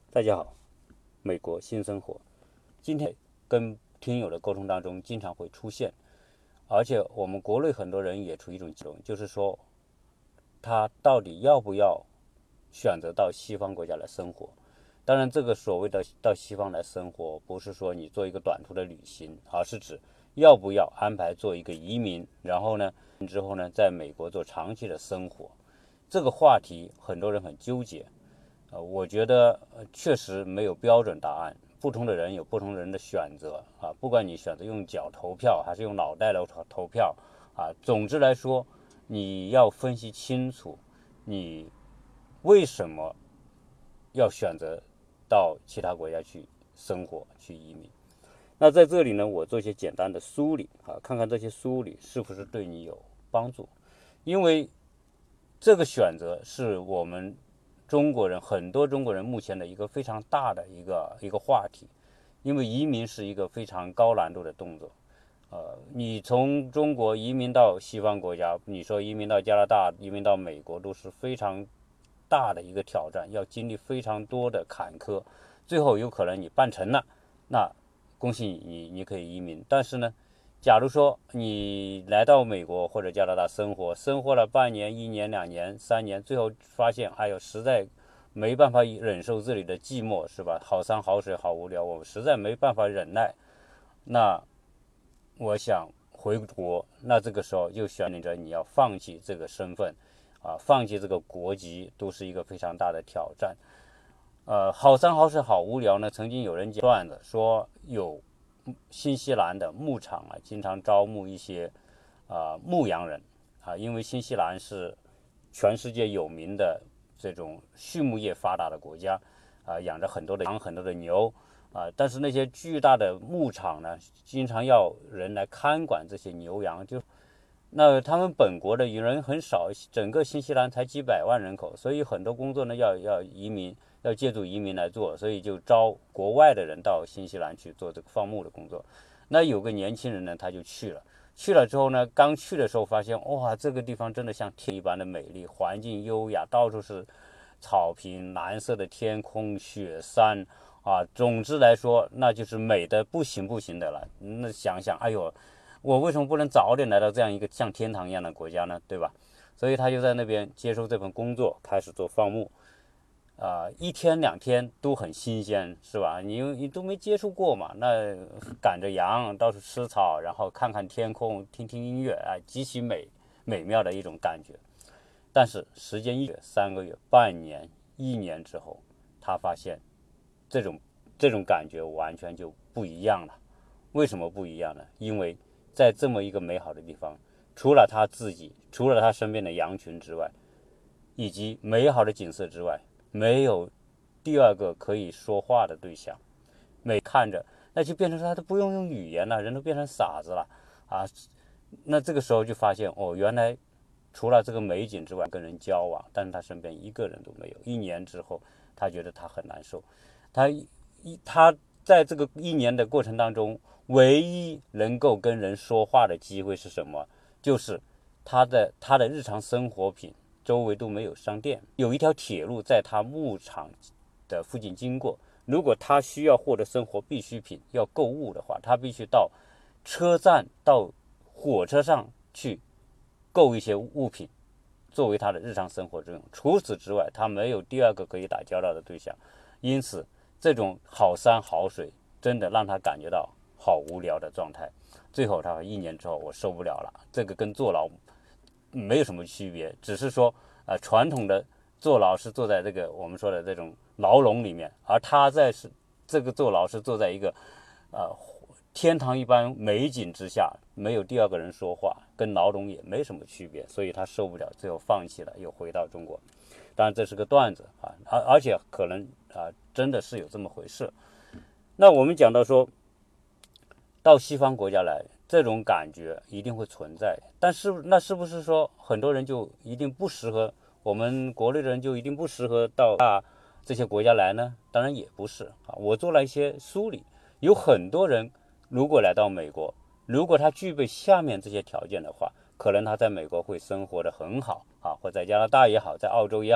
大家好，美国新生活。今天跟听友的沟通当中经常会出现，而且我们国内很多人也处于一种激动，就是说他到底要不要选择到西方国家来生活。当然，这个所谓的到西方来生活，不是说你做一个短途的旅行，而是指要不要安排做一个移民，然后呢，之后呢，在美国做长期的生活。这个话题很多人很纠结。我觉得确实没有标准答案，不同的人有不同人的选择啊。不管你选择用脚投票还是用脑袋来投票啊，总之来说，你要分析清楚你为什么要选择到其他国家去生活、去移民。那在这里呢，我做一些简单的梳理啊，看看这些梳理是不是对你有帮助。因为这个选择是我们中国人很多中国人目前的一个非常大的一个话题。因为移民是一个非常高难度的动作。你从中国移民到西方国家，你说移民到加拿大、移民到美国，都是非常大的一个挑战，要经历非常多的坎坷，最后有可能你办成了，那恭喜你，你可以移民。但是呢，假如说你来到美国或者加拿大生活了半年、1年、2年、3年，最后发现，哎呦，实在没办法忍受这里的寂寞，是吧？好山好水好无聊，我实在没办法忍耐。那我想回国，那这个时候就选择你要放弃这个身份啊，放弃这个国籍，都是一个非常大的挑战。好山好水好无聊呢。曾经有人讲段子说，有新西兰的牧场啊，经常招募一些牧羊人啊，因为新西兰是全世界有名的这种畜牧业发达的国家啊，养着很多的羊、很多的牛啊，但是那些巨大的牧场呢，经常要人来看管这些牛羊，那他们本国的人很少，整个新西兰才几百万人口，所以很多工作呢要移民，要借助移民来做，所以就招国外的人到新西兰去做这个放牧的工作。那有个年轻人呢，他就去了之后呢，刚去的时候发现，哇，这个地方真的像天一般的美丽，环境优雅，到处是草坪、蓝色的天空、雪山啊，总之来说，那就是美的不行不行的了。那想想，哎呦，我为什么不能早点来到这样一个像天堂一样的国家呢？对吧？所以他就在那边接受这份工作，开始做放牧。1天2天都很新鲜，是吧？你都没接触过嘛，那赶着羊到处吃草，然后看看天空，听听音乐，极其美妙的一种感觉。但是时间3个月、半年、1年之后，他发现这种这种感觉完全就不一样了。为什么不一样呢？因为在这么一个美好的地方，除了他自己，除了他身边的羊群之外，以及美好的景色之外，没有第二个可以说话的对象。每看着，那就变成说他都不用语言了，人都变成傻子了啊！那这个时候就发现，哦，原来除了这个美景之外，跟人交往，但是他身边一个人都没有。1年之后，他觉得他很难受。他他在这个1年的过程当中，唯一能够跟人说话的机会是什么？就是他的日常生活品周围都没有商店，有一条铁路在他牧场的附近经过。如果他需要获得生活必需品，要购物的话，他必须到车站、到火车上去购一些物品，作为他的日常生活之用。除此之外，他没有第二个可以打交道的对象。因此，这种好山好水真的让他感觉到好无聊的状态。最后，他说1年之后，我受不了了。这个跟坐牢没有什么区别，只是说，传统的坐牢是坐在这个我们说的这种牢笼里面，而他这个坐牢是坐在一个呃天堂一般美景之下，没有第二个人说话，跟牢笼也没什么区别，所以他受不了，最后放弃了，又回到中国。当然这是个段子啊，而且可能真的是有这么回事。那我们讲到说，到西方国家来，这种感觉一定会存在，但是那是不是说很多人就一定不适合，我们国内的人就一定不适合到这些国家来呢？当然也不是啊。我做了一些梳理，有很多人如果来到美国，如果他具备下面这些条件的话，可能他在美国会生活的很好啊，或在加拿大也好，在澳洲也好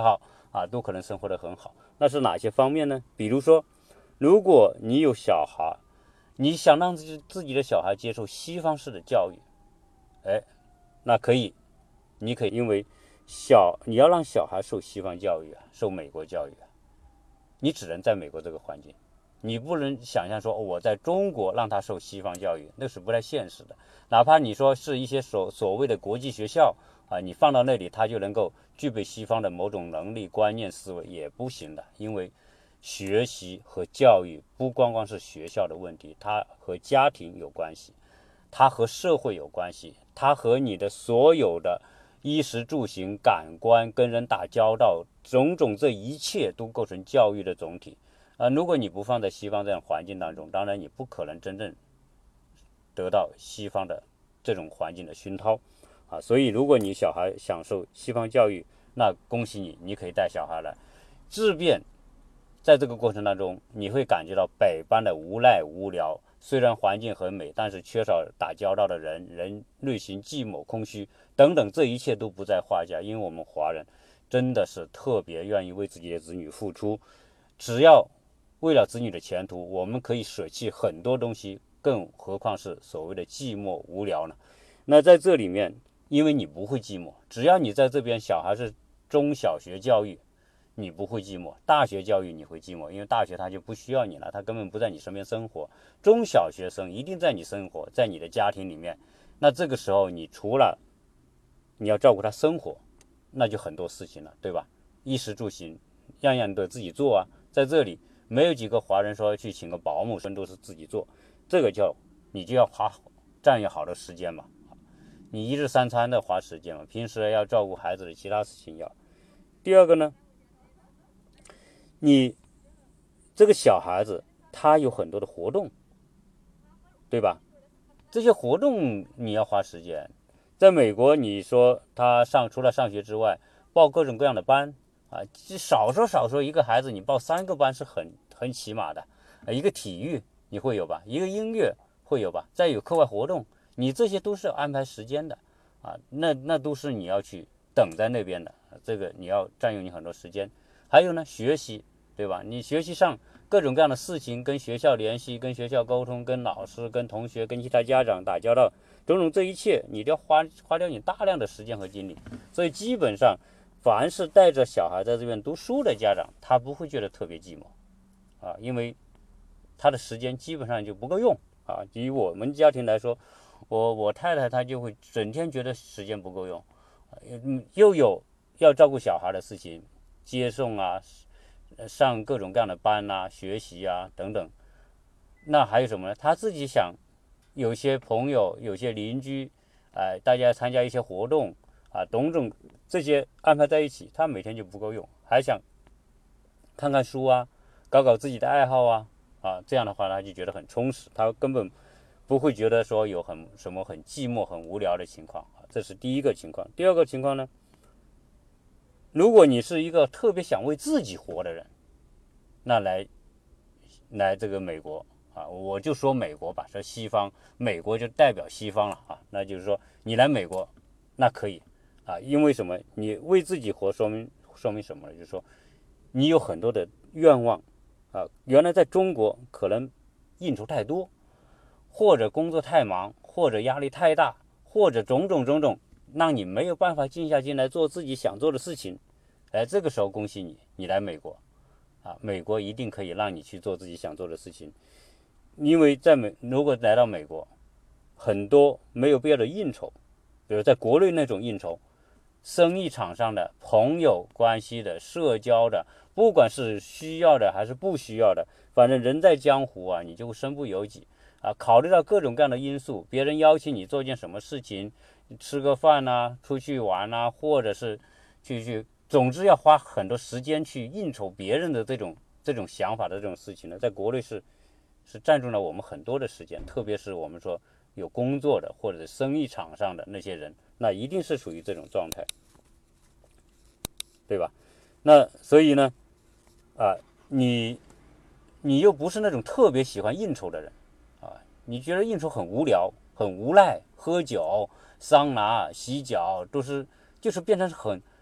啊，都可能生活得很好。那是哪些方面呢？比如说，如果你有小孩，你想让自己的小孩接受西方式的教育，那可以，你可以因为你要让小孩受西方教育啊，受美国教育啊，你只能在美国这个环境，你不能想象说我在中国让他受西方教育，那是不太现实的。哪怕你说是一些所谓的国际学校啊，你放到那里，他就能够具备西方的某种能力、观念、思维，也不行的。因为学习和教育不光光是学校的问题，它和家庭有关系，它和社会有关系，它和你的所有的衣食住行、感官、跟人打交道，种种这一切都构成教育的总体。如果你不放在西方这样环境当中，当然你不可能真正得到西方的这种环境的熏陶啊。所以，如果你小孩享受西方教育，那恭喜你，你可以带小孩来。即便在这个过程当中，你会感觉到百般的无奈无聊。虽然环境很美，但是缺少打交道的人内心寂寞空虚等等，这一切都不在话下。因为我们华人真的是特别愿意为自己的子女付出，只要为了子女的前途，我们可以舍弃很多东西，更何况是所谓的寂寞无聊呢？那在这里面，因为你不会寂寞，只要你在这边，小孩是中小学教育，你不会寂寞。大学教育你会寂寞，因为大学他就不需要你了，他根本不在你身边生活。中小学生一定在你生活，在你的家庭里面。那这个时候，你除了你要照顾他生活，那就很多事情了，对吧？衣食住行，样样都自己做啊。在这里，没有几个华人说去请个保姆，都是自己做。这个你就要占用好的时间嘛。你一日三餐的花时间嘛，平时要照顾孩子的其他事情要。第二个呢，你这个小孩子他有很多的活动，对吧？这些活动你要花时间。在美国，你说他除了上学之外，报各种各样的班啊，少说一个孩子你报3个班是很起码的。一个体育你会有吧，一个音乐会有吧，再有课外活动，你这些都是要安排时间的啊，那都是你要去等在那边的，这个你要占用你很多时间。还有呢，学习，对吧？你学习上各种各样的事情，跟学校联系，跟学校沟通，跟老师、跟同学、跟其他家长打交道，种种这一切，你都要花掉你大量的时间和精力。所以基本上，凡是带着小孩在这边读书的家长，他不会觉得特别寂寞啊，因为他的时间基本上就不够用啊。以我们家庭来说，我太太她就会整天觉得时间不够用，又有要照顾小孩的事情，接送啊，上各种各样的班啊，学习啊等等。那还有什么呢？他自己想，有些朋友，有些邻居，大家参加一些活动啊，种种这些安排在一起，他每天就不够用，还想看看书啊，搞自己的爱好啊，这样的话他就觉得很充实，他根本不会觉得说有什么很寂寞、很无聊的情况。这是第一个情况。第二个情况呢，如果你是一个特别想为自己活的人，那来这个美国啊，我就说美国吧，说西方，美国就代表西方了啊。那就是说你来美国，那可以啊，因为什么？你为自己活，说明什么呢？就是说你有很多的愿望啊。原来在中国可能应酬太多，或者工作太忙，或者压力太大，或者种种，让你没有办法静下心来做自己想做的事情。这个时候恭喜你，你来美国啊，美国一定可以让你去做自己想做的事情。因为如果来到美国，很多没有必要的应酬，比如在国内那种应酬，生意场上的、朋友关系的、社交的，不管是需要的还是不需要的，反正人在江湖啊，你就会身不由己啊。考虑到各种各样的因素，别人邀请你做件什么事情，吃个饭啊，出去玩啊，或者是总之要花很多时间去应酬别人的这种想法的这种事情呢，在国内是占用了我们很多的时间，特别是我们说有工作的或者生意场上的那些人，那一定是属于这种状态，对吧？那所以呢，你又不是那种特别喜欢应酬的人啊，你觉得应酬很无聊、很无赖，喝酒、桑拿、洗脚就是变成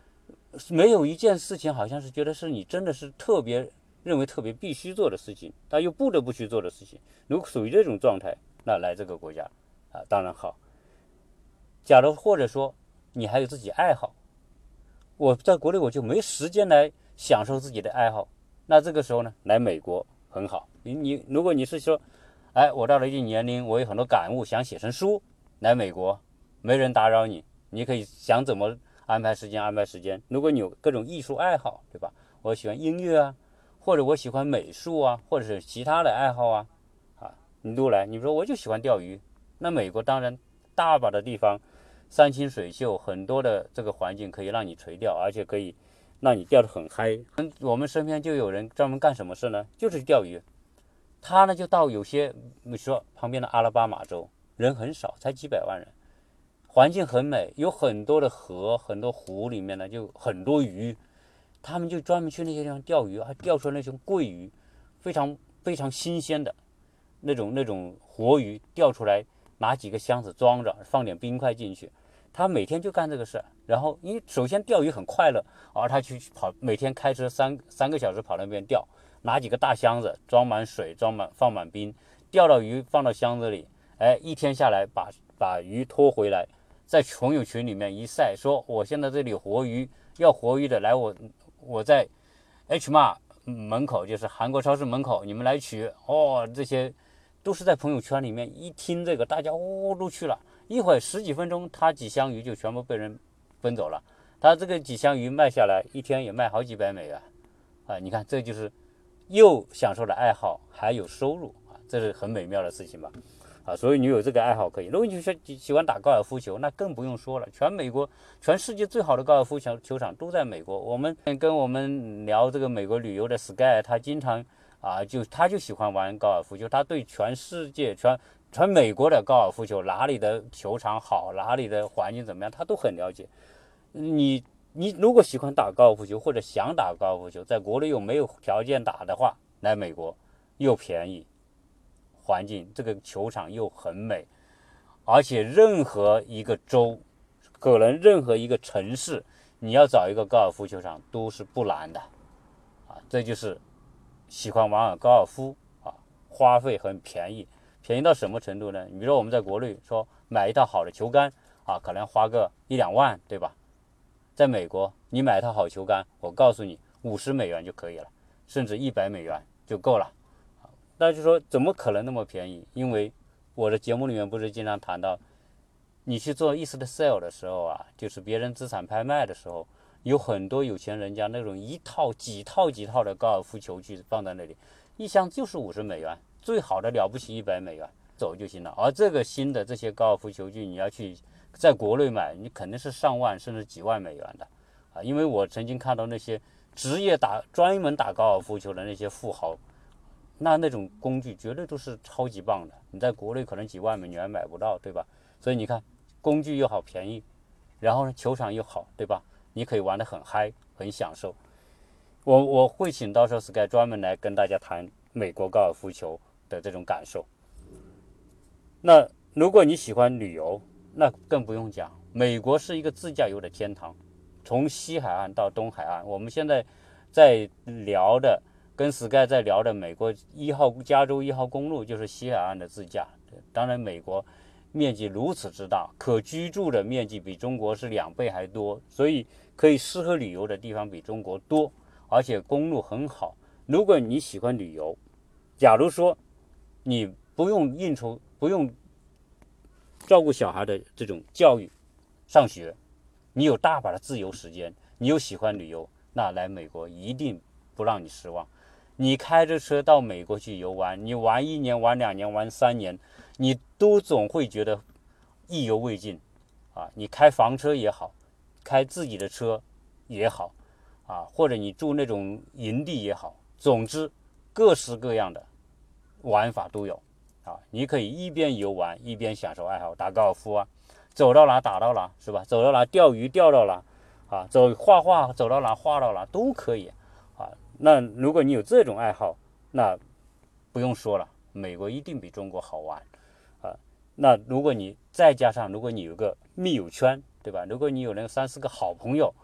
没有一件事情好像是觉得是你真的是特别认为特别必须做的事情，但又不得不去做的事情。如果属于这种状态，那来这个国家当然好。假如或者说你还有自己爱好，我在国内我就没时间来享受自己的爱好，那这个时候呢，来美国很好。如果你是说，我到了一定年龄，我有很多感悟，想写成书，来美国，没人打扰你，你可以想怎么安排时间安排时间。如果你有各种艺术爱好，对吧？我喜欢音乐啊，或者我喜欢美术啊，或者是其他的爱好你都来。你说我就喜欢钓鱼，那美国当然大把的地方，山清水秀，很多的这个环境可以让你垂钓，而且可以让你钓得很嗨。我们身边就有人专门干什么事呢？就是钓鱼。他呢就到有些，你说旁边的阿拉巴马州，人很少，才几百万人，环境很美，有很多的河，很多湖里面呢就很多鱼，他们就专门去那些地方钓鱼，还钓出那种桂鱼，非常非常新鲜的那种活鱼，钓出来拿几个箱子装着，放点冰块进去。他每天就干这个事，然后因为首先钓鱼很快乐，而他去跑，每天开车三个小时跑那边钓，拿几个大箱子装满水，放满冰，钓到鱼放到箱子里，一天下来把鱼拖回来，在朋友群里面一晒，说我现在这里有活鱼，要活鱼的来我在 HMart 门口，就是韩国超市门口，你们来取这些都是在朋友圈里面一听这个，大家都去了，一会儿十几分钟，他几箱鱼就全部被人分走了。他这个几箱鱼卖下来，一天也卖好几百美元你看这就是又享受了爱好，还有收入这是很美妙的事情吧。所以你有这个爱好可以。如果你喜欢打高尔夫球，那更不用说了。全美国、全世界最好的高尔夫球场都在美国。我们聊这个美国旅游的 Sky， 他经常他就喜欢玩高尔夫球，他对全世界、全美国的高尔夫球哪里的球场好，哪里的环境怎么样，他都很了解。你如果喜欢打高尔夫球或者想打高尔夫球，在国内又没有条件打的话，来美国又便宜。环境这个球场又很美，而且任何一个州，可能任何一个城市，你要找一个高尔夫球场都是不难的这就是喜欢玩高尔夫花费很便宜，便宜到什么程度呢？你比如说我们在国内说买一套好的球杆可能花个1-2万，对吧？在美国你买一套好球杆，我告诉你$50就可以了，甚至$100就够了。那就说怎么可能那么便宜？因为我的节目里面不是经常谈到，你去做estate sale的时候就是别人资产拍卖的时候，有很多有钱人家那种一套几套的高尔夫球具放在那里，一箱就是$50，最好的了不起$100走就行了。而这个新的这些高尔夫球具，你要去在国内买，你肯定是上万甚至几万美元的因为我曾经看到那些专门打高尔夫球的那些富豪。那种工具绝对都是超级棒的，你在国内可能几万美元买不到，对吧？所以你看，工具又好便宜，然后呢球场又好，对吧？你可以玩得很嗨，很享受。我会请到时候 Sky 专门来跟大家谈美国高尔夫球的这种感受。那如果你喜欢旅游，那更不用讲，美国是一个自驾游的天堂，从西海岸到东海岸。我们现在在聊的。跟 Sky 在聊的美国加州1号公路就是西海岸的自驾。当然美国面积如此之大，可居住的面积比中国是2倍还多，所以可以适合旅游的地方比中国多，而且公路很好。如果你喜欢旅游，假如说你不用应酬，不用照顾小孩的这种教育上学，你有大把的自由时间，你又喜欢旅游，那来美国一定不让你失望。你开着车到美国去游玩，你玩1年、玩2年、玩3年，你都总会觉得意犹未尽你开房车也好，开自己的车也好或者你住那种营地也好，总之各式各样的玩法都有你可以一边游玩一边享受爱好，打高尔夫走到哪打到哪，是吧？走到哪钓鱼钓到哪画画走到哪画到哪都可以那如果你有这种爱好，那不用说了，美国一定比中国好玩那如果你再加上，如果你有个密友圈，对吧？如果你有那3-4个好朋友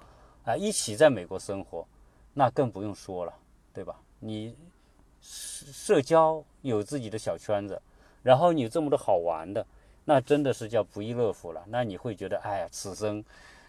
一起在美国生活，那更不用说了，对吧？你社交有自己的小圈子，然后你有这么多好玩的，那真的是叫不亦乐乎了。那你会觉得，哎呀，此生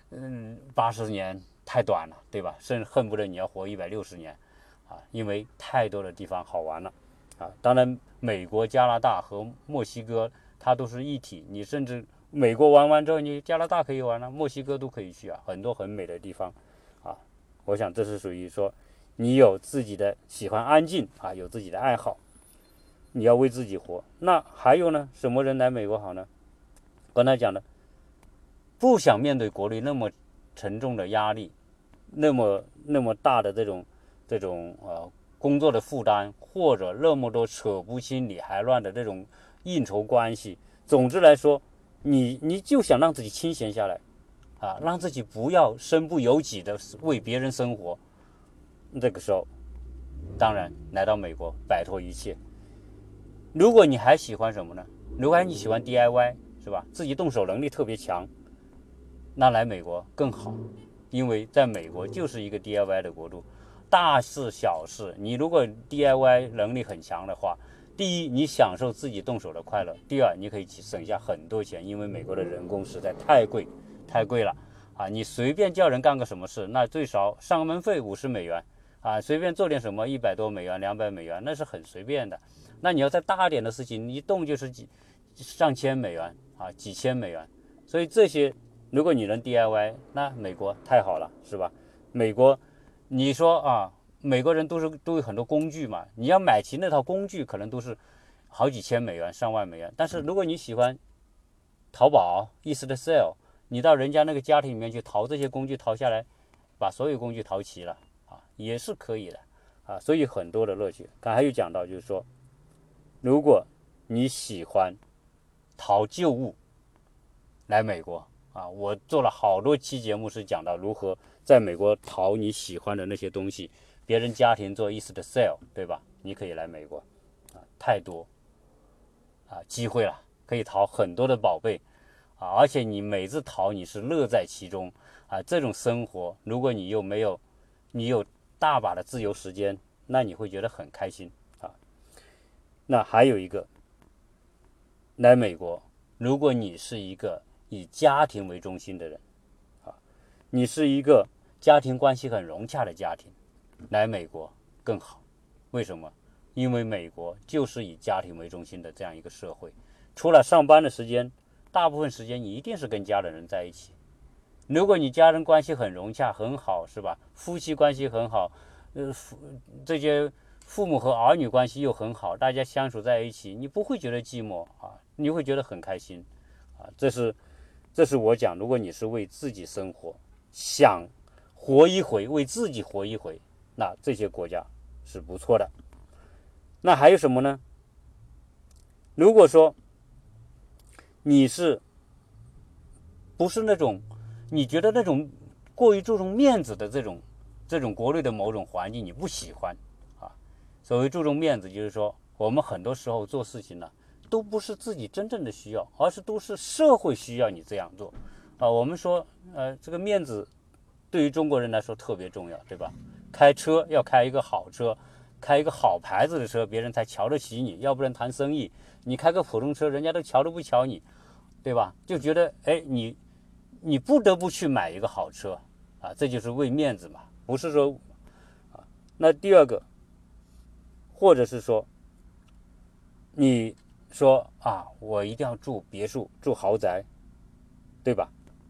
，80年太短了，对吧？甚至恨不得你要活160年因为太多的地方好玩了当然，美国、加拿大和墨西哥它都是一体，你甚至美国玩完之后，你加拿大可以玩墨西哥都可以去很多很美的地方我想这是属于说你有自己的喜欢安静有自己的爱好，你要为自己活。那还有呢，什么人来美国好呢？刚才讲的，不想面对国内那么沉重的压力，那么大的这种工作的负担，或者那么多扯不清理还乱的这种应酬关系。总之来说，你就想让自己清闲下来让自己不要身不由己的为别人生活。这个时候，当然来到美国，摆脱一切。如果你还喜欢什么呢？如果你喜欢 DIY 是吧？自己动手能力特别强，那来美国更好，因为在美国就是一个 DIY 的国度，大事小事，你如果 DIY 能力很强的话，第一，你享受自己动手的快乐；第二，你可以省下很多钱，因为美国的人工实在太贵了你随便叫人干个什么事，那最少上门费$50随便做点什么$100多、$200，那是很随便的。那你要再大点的事情，一动就是上千美元几千美元。所以这些，如果你能 DIY， 那美国太好了，是吧？美国，你说美国人都有很多工具嘛，你要买齐那套工具，可能都是好几千美元、上万美元。但是如果你喜欢淘宝、East-Sale， 你到人家那个家庭里面去淘这些工具，淘下来，把所有工具淘齐了也是可以的所以很多的乐趣。刚才有讲到，就是说，如果你喜欢淘旧物，来美国我做了好多期节目是讲到如何在美国淘你喜欢的那些东西，别人家庭做East-Sale，对吧？你可以来美国太多机会了，可以淘很多的宝贝而且你每次淘你是乐在其中这种生活，如果你有大把的自由时间，那你会觉得很开心那还有一个，来美国，如果你是一个以家庭为中心的人你是一个家庭关系很融洽的家庭，来美国更好。为什么？因为美国就是以家庭为中心的这样一个社会，除了上班的时间，大部分时间你一定是跟家的人在一起。如果你家人关系很融洽很好，是吧？夫妻关系很好这些父母和儿女关系又很好，大家相处在一起，你不会觉得寂寞你会觉得很开心这是我讲，如果你是为自己生活，想活一回，为自己活一回，那这些国家是不错的。那还有什么呢？如果说你是不是那种你觉得那种过于注重面子的这种国内的某种环境你不喜欢所谓注重面子，就是说我们很多时候做事情呢都不是自己真正的需要，而是都是社会需要你这样做我们说这个面子对于中国人来说特别重要，对吧？开车要开一个好车，开一个好牌子的车，别人才瞧得起你，要不然谈生意你开个普通车，人家都瞧都不瞧你，对吧？就觉得你不得不去买一个好车这就是为面子嘛，不是说那第二个，或者是说你说我一定要住别墅住豪宅，对吧？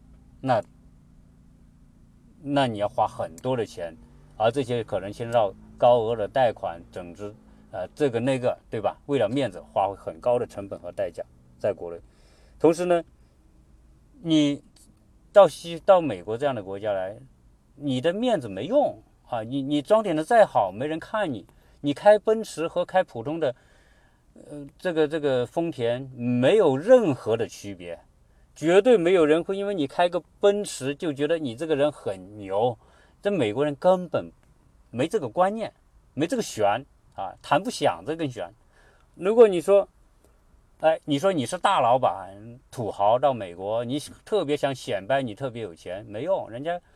那你要花很多的钱，而这些可能牵涉到高额的贷款整治这个那个，对吧？为了面子花很高的成本和代价在国内。同时呢，你到美国这样的国家来，你的面子没用你装点的再好没人看你，你开奔驰和开普通的这个丰田没有任何的区别，绝对没有人会因为你开个奔驰就觉得你这个人很牛。这美国人根本没这个观念，没这个旋谈不响这根弦。如果你说你说你是大老板土豪到美国，你特别想显摆你特别有钱，没用，人家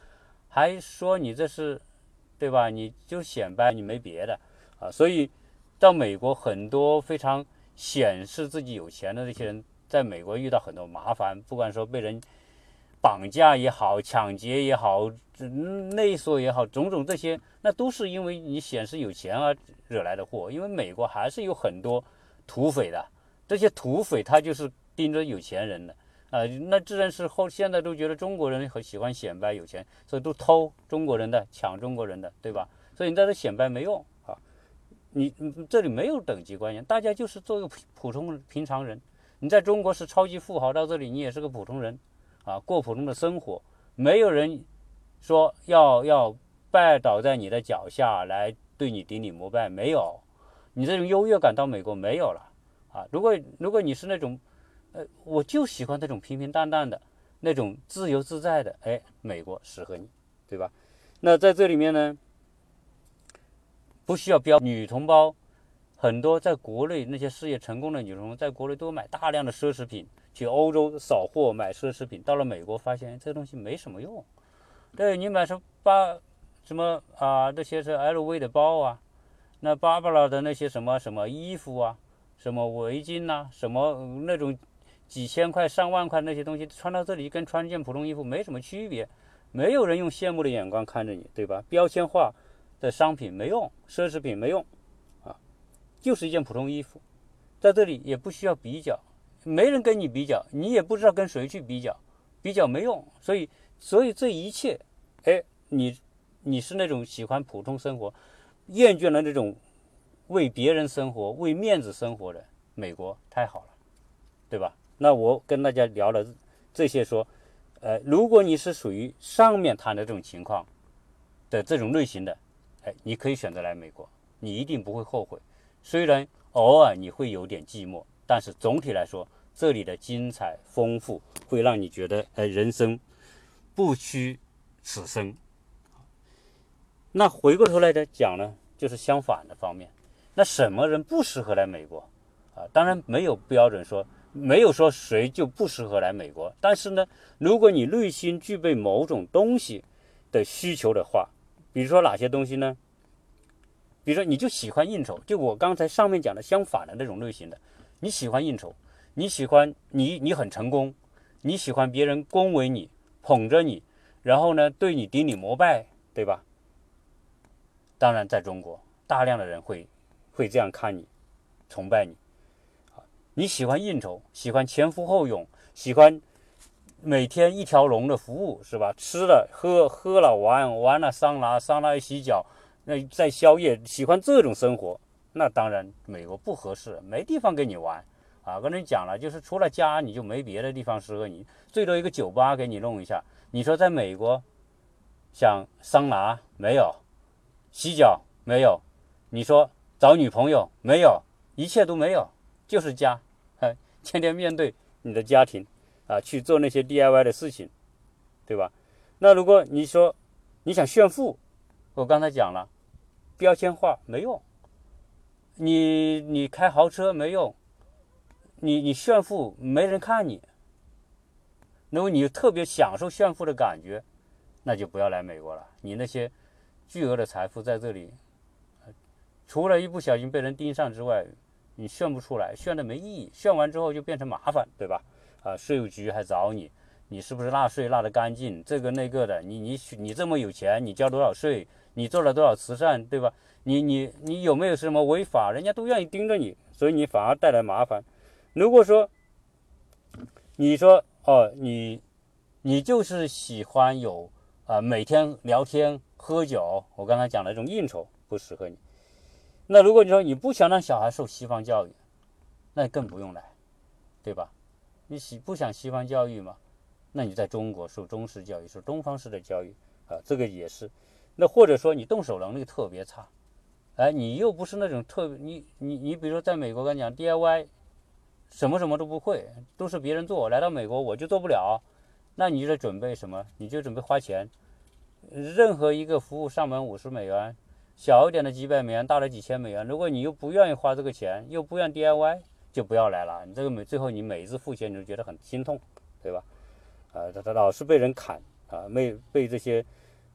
还说你这是，对吧？你就显摆，你没别的啊。所以到美国，很多非常显示自己有钱的这些人，在美国遇到很多麻烦，不管说被人绑架也好，抢劫也好，勒索也好，种种这些，那都是因为你显示有钱而惹来的祸。因为美国还是有很多土匪的，这些土匪他就是盯着有钱人的那自然是现在都觉得中国人很喜欢显摆有钱，所以都偷中国人的，抢中国人的，对吧？所以你在这显摆没用啊，你这里没有等级观念，大家就是做一个普通平常人。你在中国是超级富豪，到这里你也是个普通人过普通的生活，没有人说要拜倒在你的脚下来对你顶礼膜拜，没有，你这种优越感到美国没有了如果你是那种我就喜欢那种平平淡淡的那种自由自在的，美国适合你，对吧？那在这里面呢，不需要标女同胞，很多在国内那些事业成功的女同胞，在国内都买大量的奢侈品，去欧洲扫货买奢侈品，到了美国发现这东西没什么用。对你买什么这些是 LV 的包那芭芭拉的那些什么什么衣服什么围巾什么那种几千块上万块那些东西，穿到这里跟穿件普通衣服没什么区别，没有人用羡慕的眼光看着你，对吧？标签化的商品没用，奢侈品没用就是一件普通衣服，在这里也不需要比较，没人跟你比较，你也不知道跟谁去比较，比较没用。所以这一切，你是那种喜欢普通生活，厌倦了那种为别人生活、为面子生活的美国，太好了，对吧？那我跟大家聊了这些说，如果你是属于上面谈的这种情况的这种类型的，你可以选择来美国，你一定不会后悔。虽然偶尔你会有点寂寞，但是总体来说，这里的精彩丰富会让你觉得，人生不虚此生。那回过头来的讲呢，就是相反的方面。那什么人不适合来美国当然没有标准说，没有说谁就不适合来美国。但是呢，如果你内心具备某种东西的需求的话，比如说哪些东西呢？比如说你就喜欢应酬，就我刚才上面讲的相反的那种类型的，你喜欢应酬，你喜欢你很成功，你喜欢别人恭维你，捧着你，然后呢对你顶礼膜拜，对吧？当然在中国大量的人会这样看你，崇拜你你喜欢应酬，喜欢前赴后拥，喜欢每天一条龙的服务，是吧？吃了喝了玩了桑拿洗脚，那在宵夜，喜欢这种生活，那当然美国不合适，没地方给你玩跟人讲了，就是除了家你就没别的地方适合你，最多一个酒吧给你弄一下。你说在美国想桑拿没有，洗脚没有，你说找女朋友没有，一切都没有，就是家天天面对你的家庭去做那些 DIY 的事情，对吧？那如果你说你想炫富，我刚才讲了，标签化没用，你开豪车没用，你炫富没人看你。如果你特别享受炫富的感觉，那就不要来美国了。你那些巨额的财富在这里，除了一不小心被人盯上之外，你炫不出来，炫的没意义，炫完之后就变成麻烦，对吧？税务局还找你，你是不是纳税纳得干净，这个那个的，你这么有钱，你交多少税，你做了多少慈善，对吧？你有没有什么违法，人家都愿意盯着你，所以你反而带来麻烦。如果说你说你就是喜欢有每天聊天喝酒，我刚才讲的这种应酬不适合你。那如果你说你不想让小孩受西方教育，那更不用来，对吧？你不想西方教育吗？那你在中国受中式教育，受东方式的教育这个也是。那或者说你动手能力特别差，你又不是那种你比如说在美国跟你讲 DIY， 什么都不会，都是别人做，来到美国我就做不了，那你就准备什么？你就准备花钱，任何一个服务上门$50，小一点的几百美元，大的几千美元。如果你又不愿意花这个钱，又不愿 DIY， 就不要来了。你这个最后你每一次付钱你就觉得很心痛，对吧？他老是被人砍被这些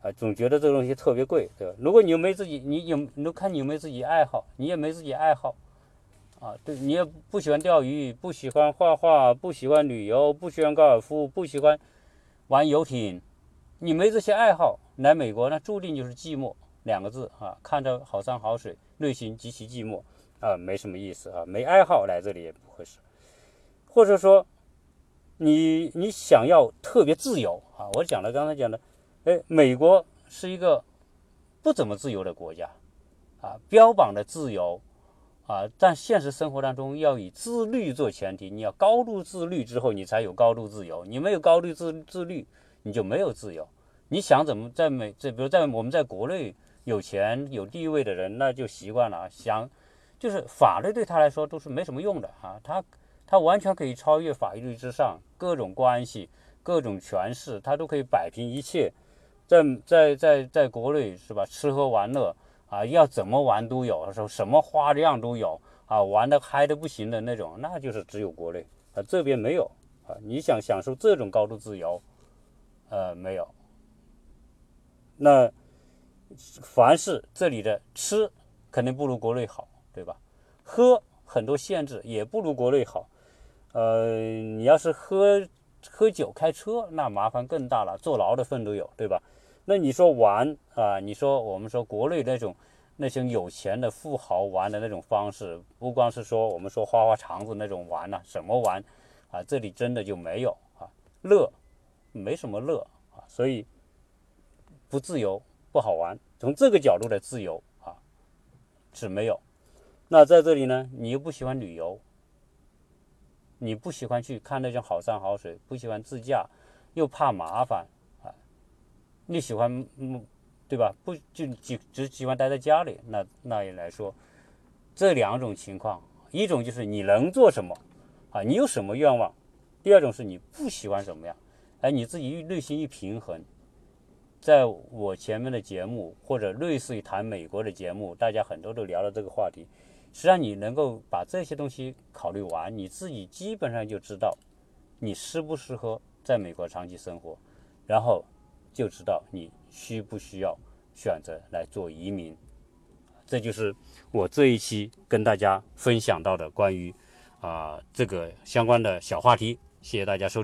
总觉得这个东西特别贵，对吧？如果你又没自己，看你有没有自己爱好，你也没自己爱好对，你也不喜欢钓鱼，不喜欢画画，不喜欢旅游，不喜欢高尔夫，不喜欢玩游艇，你没这些爱好，来美国那注定就是寂寞2个字看着好山好水，内心极其寂寞没什么意思没爱好来这里也不合适。或者说你想要特别自由我刚才讲的，美国是一个不怎么自由的国家标榜的自由但现实生活当中要以自律做前提，你要高度自律之后，你才有高度自由。你没有高度自律，你就没有自由。你想怎么比如我们在国内有钱有地位的人，那就习惯了就是法律对他来说都是没什么用的他完全可以超越法律之上，各种关系、各种权势，他都可以摆平一切。在国内是吧？吃喝玩乐要怎么玩都有，什么花样都有玩得嗨得不行的那种，那就是只有国内这边没有你想享受这种高度自由没有。那凡是这里的吃肯定不如国内好，对吧？喝很多限制也不如国内好。你要是喝酒开车，那麻烦更大了，坐牢的份都有，对吧？那你说玩我们说国内那种有钱的富豪玩的那种方式，不光是说我们说花花肠子那种玩什么玩这里真的就没有乐没什么乐所以不自由不好玩。从这个角度的自由是没有。那在这里呢，你又不喜欢旅游，你不喜欢去看那种好山好水，不喜欢自驾，又怕麻烦你喜欢对吧？不就只喜欢待在家里，那也来说，这2种情况，一种就是你能做什么你有什么愿望；第二种是你不喜欢什么样，你自己内心一平衡。在我前面的节目或者类似于谈美国的节目，大家很多都聊了这个话题。实际上你能够把这些东西考虑完，你自己基本上就知道你适不适合在美国长期生活，然后就知道你需不需要选择来做移民。这就是我这一期跟大家分享到的关于这个相关的小话题。谢谢大家收听。